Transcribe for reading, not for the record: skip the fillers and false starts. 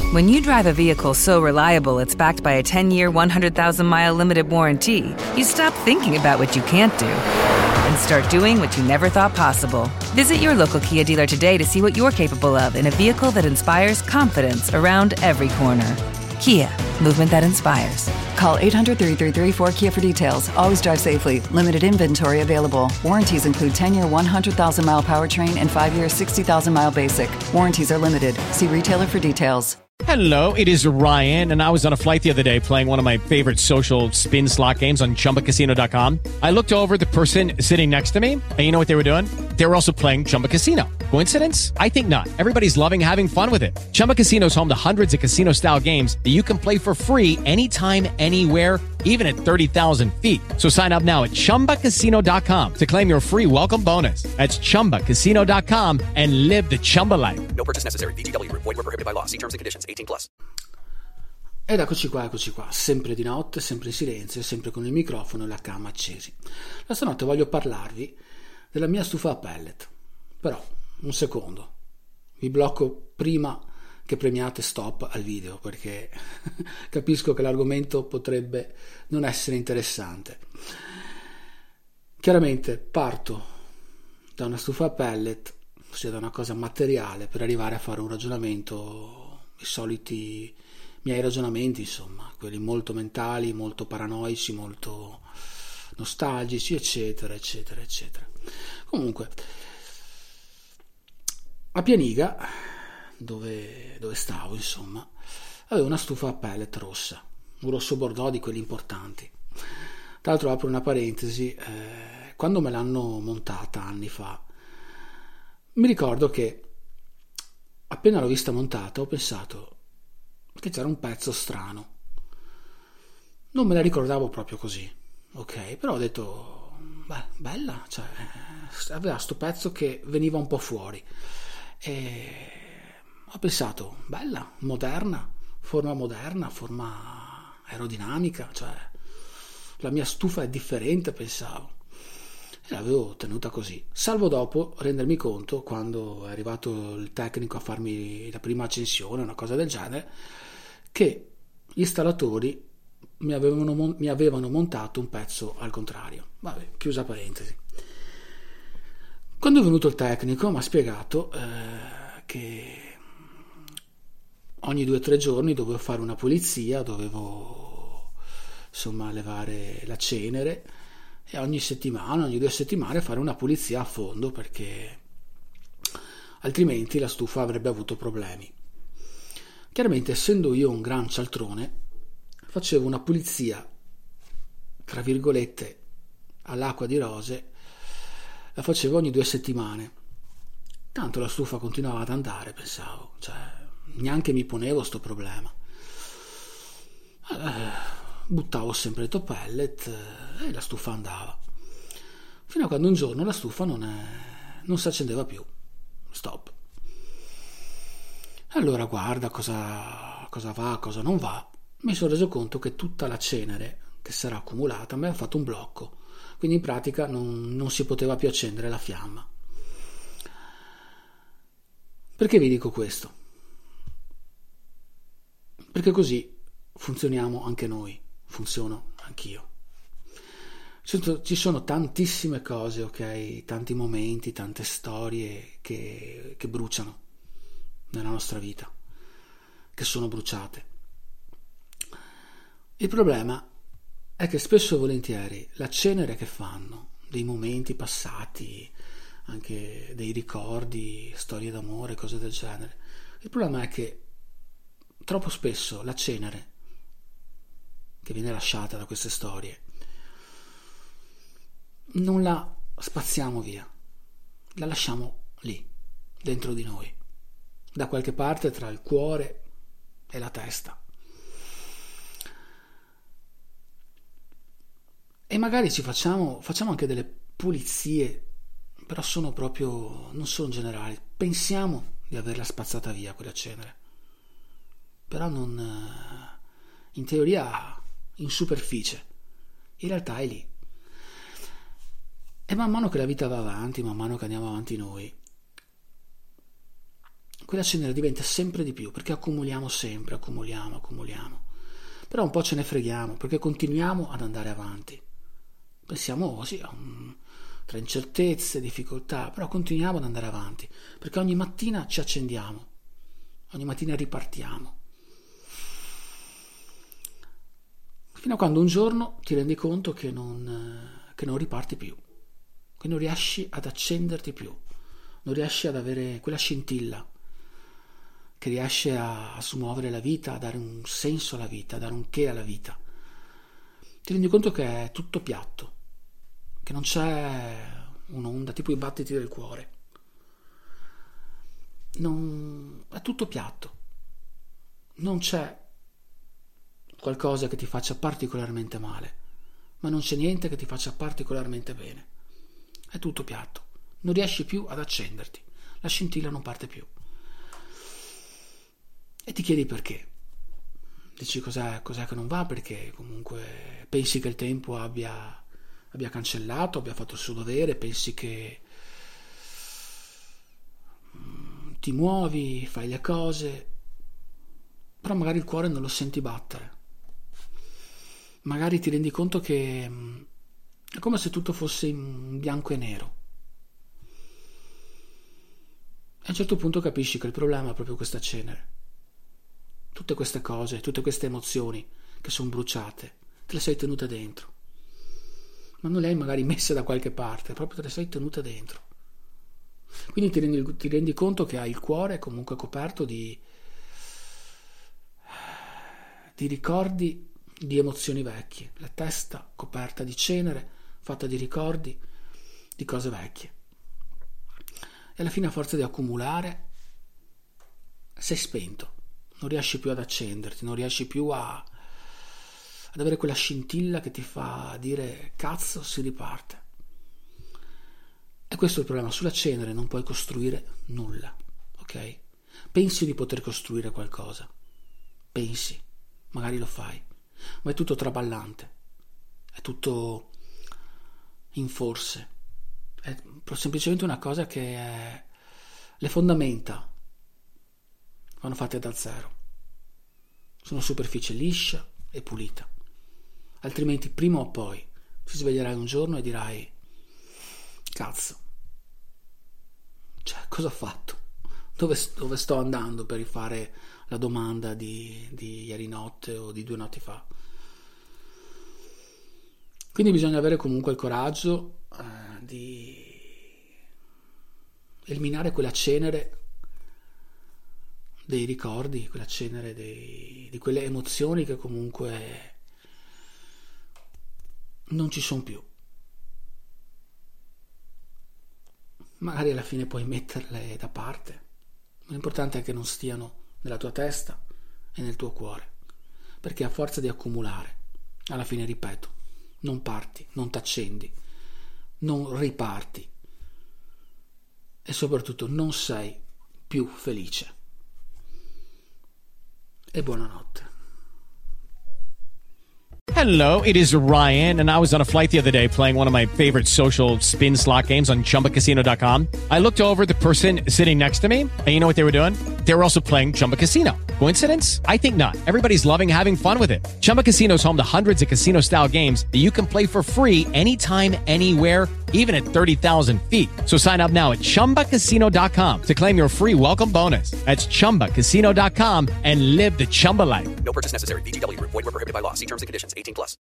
When you drive a vehicle so reliable it's backed by a 10-year, 100,000-mile limited warranty, you stop thinking about what you can't do and start doing what you never thought possible. Visit your local Kia dealer today to see what you're capable of in a vehicle that inspires confidence around every corner. Kia, movement that inspires. Call 800-333-4KIA for details. Always drive safely. Limited inventory available. Warranties include 10-year 100,000-mile powertrain and 5-year 60,000-mile basic. Warranties are limited. See retailer for details. Hello, it is Ryan, and I was on a flight the other day playing one of my favorite social spin slot games on ChumbaCasino.com. I looked over at the person sitting next to me, and you know what they were doing? They were also playing Chumba Casino. Coincidence? I think not. Everybody's loving having fun with it. Chumba Casino is home to hundreds of casino-style games that you can play for free anytime, anywhere, even at 30,000 feet. So sign up now at ChumbaCasino.com to claim your free welcome bonus. That's ChumbaCasino.com and live the Chumba life. No purchase necessary. VGW. Void were prohibited by law. See terms and conditions. 18+. Ed eccoci qua, sempre di notte, sempre in silenzio, sempre con il microfono e la cam accesi. La stanotte voglio parlarvi della mia stufa a pellet. Però, un secondo, vi blocco prima che premiate stop al video, perché capisco che l'argomento potrebbe non essere interessante. Chiaramente parto da una stufa a pellet, ossia da una cosa materiale, per arrivare a fare un ragionamento, i soliti miei ragionamenti, insomma, quelli molto mentali, molto paranoici, molto nostalgici, eccetera, eccetera, eccetera. Comunque, a Pianiga, dove stavo, insomma, avevo una stufa a pellet rossa, un rosso bordeaux di quelli importanti. Tra l'altro, apro una parentesi, quando me l'hanno montata anni fa, mi ricordo che appena l'ho vista montata ho pensato che c'era un pezzo strano. Non me la ricordavo proprio così, ok? Però ho detto, beh, bella, cioè, aveva sto pezzo che veniva un po' fuori. E ho pensato, bella, moderna, forma aerodinamica, cioè la mia stufa è differente, pensavo. E l'avevo tenuta così, salvo dopo rendermi conto, quando è arrivato il tecnico a farmi la prima accensione, una cosa del genere, che gli installatori mi avevano montato un pezzo al contrario. Vabbè, chiusa parentesi. Quando è venuto il tecnico mi ha spiegato che ogni 2 o 3 giorni dovevo fare una pulizia, dovevo insomma levare la cenere, e ogni 2 settimane fare una pulizia a fondo, perché altrimenti la stufa avrebbe avuto problemi. Chiaramente, essendo io un gran cialtrone, facevo una pulizia tra virgolette all'acqua di rose, la facevo ogni 2 settimane. Tanto la stufa continuava ad andare, pensavo, cioè neanche mi ponevo sto problema. Buttavo sempre il top pellet e la stufa andava, fino a quando un giorno la stufa non si accendeva più. Stop. Allora guarda cosa va, cosa non va. Mi sono reso conto che tutta la cenere che si era accumulata mi aveva fatto un blocco, quindi in pratica non si poteva più accendere la fiamma. Perché vi dico questo? Perché così funzioniamo anche noi, funziono anch'io. Ci sono tantissime cose, ok? Tanti momenti, tante storie che bruciano nella nostra vita, che sono bruciate. Il problema è che spesso e volentieri la cenere che fanno dei momenti passati, anche dei ricordi, storie d'amore, cose del genere, il problema è che troppo spesso la cenere che viene lasciata da queste storie non la spazziamo via, la lasciamo lì, dentro di noi, da qualche parte tra il cuore e la testa. E magari ci facciamo anche delle pulizie, però non sono generali. Pensiamo di averla spazzata via quella cenere, però non, in teoria, in superficie, in realtà è lì. E man mano che la vita va avanti, man mano che andiamo avanti noi, quella cenere diventa sempre di più, perché accumuliamo sempre, accumuliamo. Però un po' ce ne freghiamo, perché continuiamo ad andare avanti. Pensiamo sì, tra incertezze, difficoltà, però continuiamo ad andare avanti, perché ogni mattina ci accendiamo, ogni mattina ripartiamo. Fino a quando un giorno ti rendi conto che non riparti più, che non riesci ad accenderti più, non riesci ad avere quella scintilla che riesce a smuovere la vita, a dare un senso alla vita, a dare un che alla vita. Ti rendi conto che è tutto piatto, che non c'è un'onda, tipo i battiti del cuore. È tutto piatto. Non c'è qualcosa che ti faccia particolarmente male, ma non c'è niente che ti faccia particolarmente bene. È tutto piatto. Non riesci più ad accenderti. La scintilla non parte più. E ti chiedi perché. Dici cos'è che non va, perché comunque pensi che il tempo abbia cancellato, abbia fatto il suo dovere, pensi che ti muovi, fai le cose, però magari il cuore non lo senti battere. Magari ti rendi conto che è come se tutto fosse in bianco e nero. E a un certo punto capisci che il problema è proprio questa cenere. Tutte queste cose, tutte queste emozioni che sono bruciate, te le sei tenute dentro. Ma non le hai magari messe da qualche parte, proprio te le sei tenute dentro. Quindi ti rendi conto che hai il cuore comunque coperto di ricordi, di emozioni vecchie, la testa coperta di cenere, fatta di ricordi, di cose vecchie. E alla fine, a forza di accumulare, sei spento, non riesci più ad accenderti, non riesci più ad avere quella scintilla che ti fa dire cazzo, si riparte. E questo è il problema: sulla cenere non puoi costruire nulla, ok? Pensi di poter costruire qualcosa, pensi, magari lo fai, ma è tutto traballante, è tutto in forse, è semplicemente una cosa che le fondamenta vanno fatte da zero, sono superficie liscia e pulita, altrimenti prima o poi ti sveglierai un giorno e dirai cazzo, cioè cosa ho fatto? Dove sto andando per rifare la domanda di ieri notte o di 2 notti fa? Quindi bisogna avere comunque il coraggio di eliminare quella cenere dei ricordi, quella cenere di quelle emozioni che comunque non ci sono più. Magari alla fine puoi metterle da parte. L'importante è che non stiano nella tua testa e nel tuo cuore, perché a forza di accumulare, alla fine, ripeto, non parti, non t'accendi, non riparti e soprattutto non sei più felice. E buonanotte. Hello, it is Ryan, and I was on a flight the other day playing one of my favorite social spin slot games on ChumbaCasino.com. I looked over at the person sitting next to me, and you know what they were doing? They were also playing Chumba Casino. Coincidence? I think not. Everybody's loving having fun with it. Chumba Casino is home to hundreds of casino-style games that you can play for free anytime, anywhere, even at 30,000 feet. So sign up now at ChumbaCasino.com to claim your free welcome bonus. That's ChumbaCasino.com and live the Chumba life. No purchase necessary. VGW Group. Void where prohibited by law. See terms and conditions. 18+.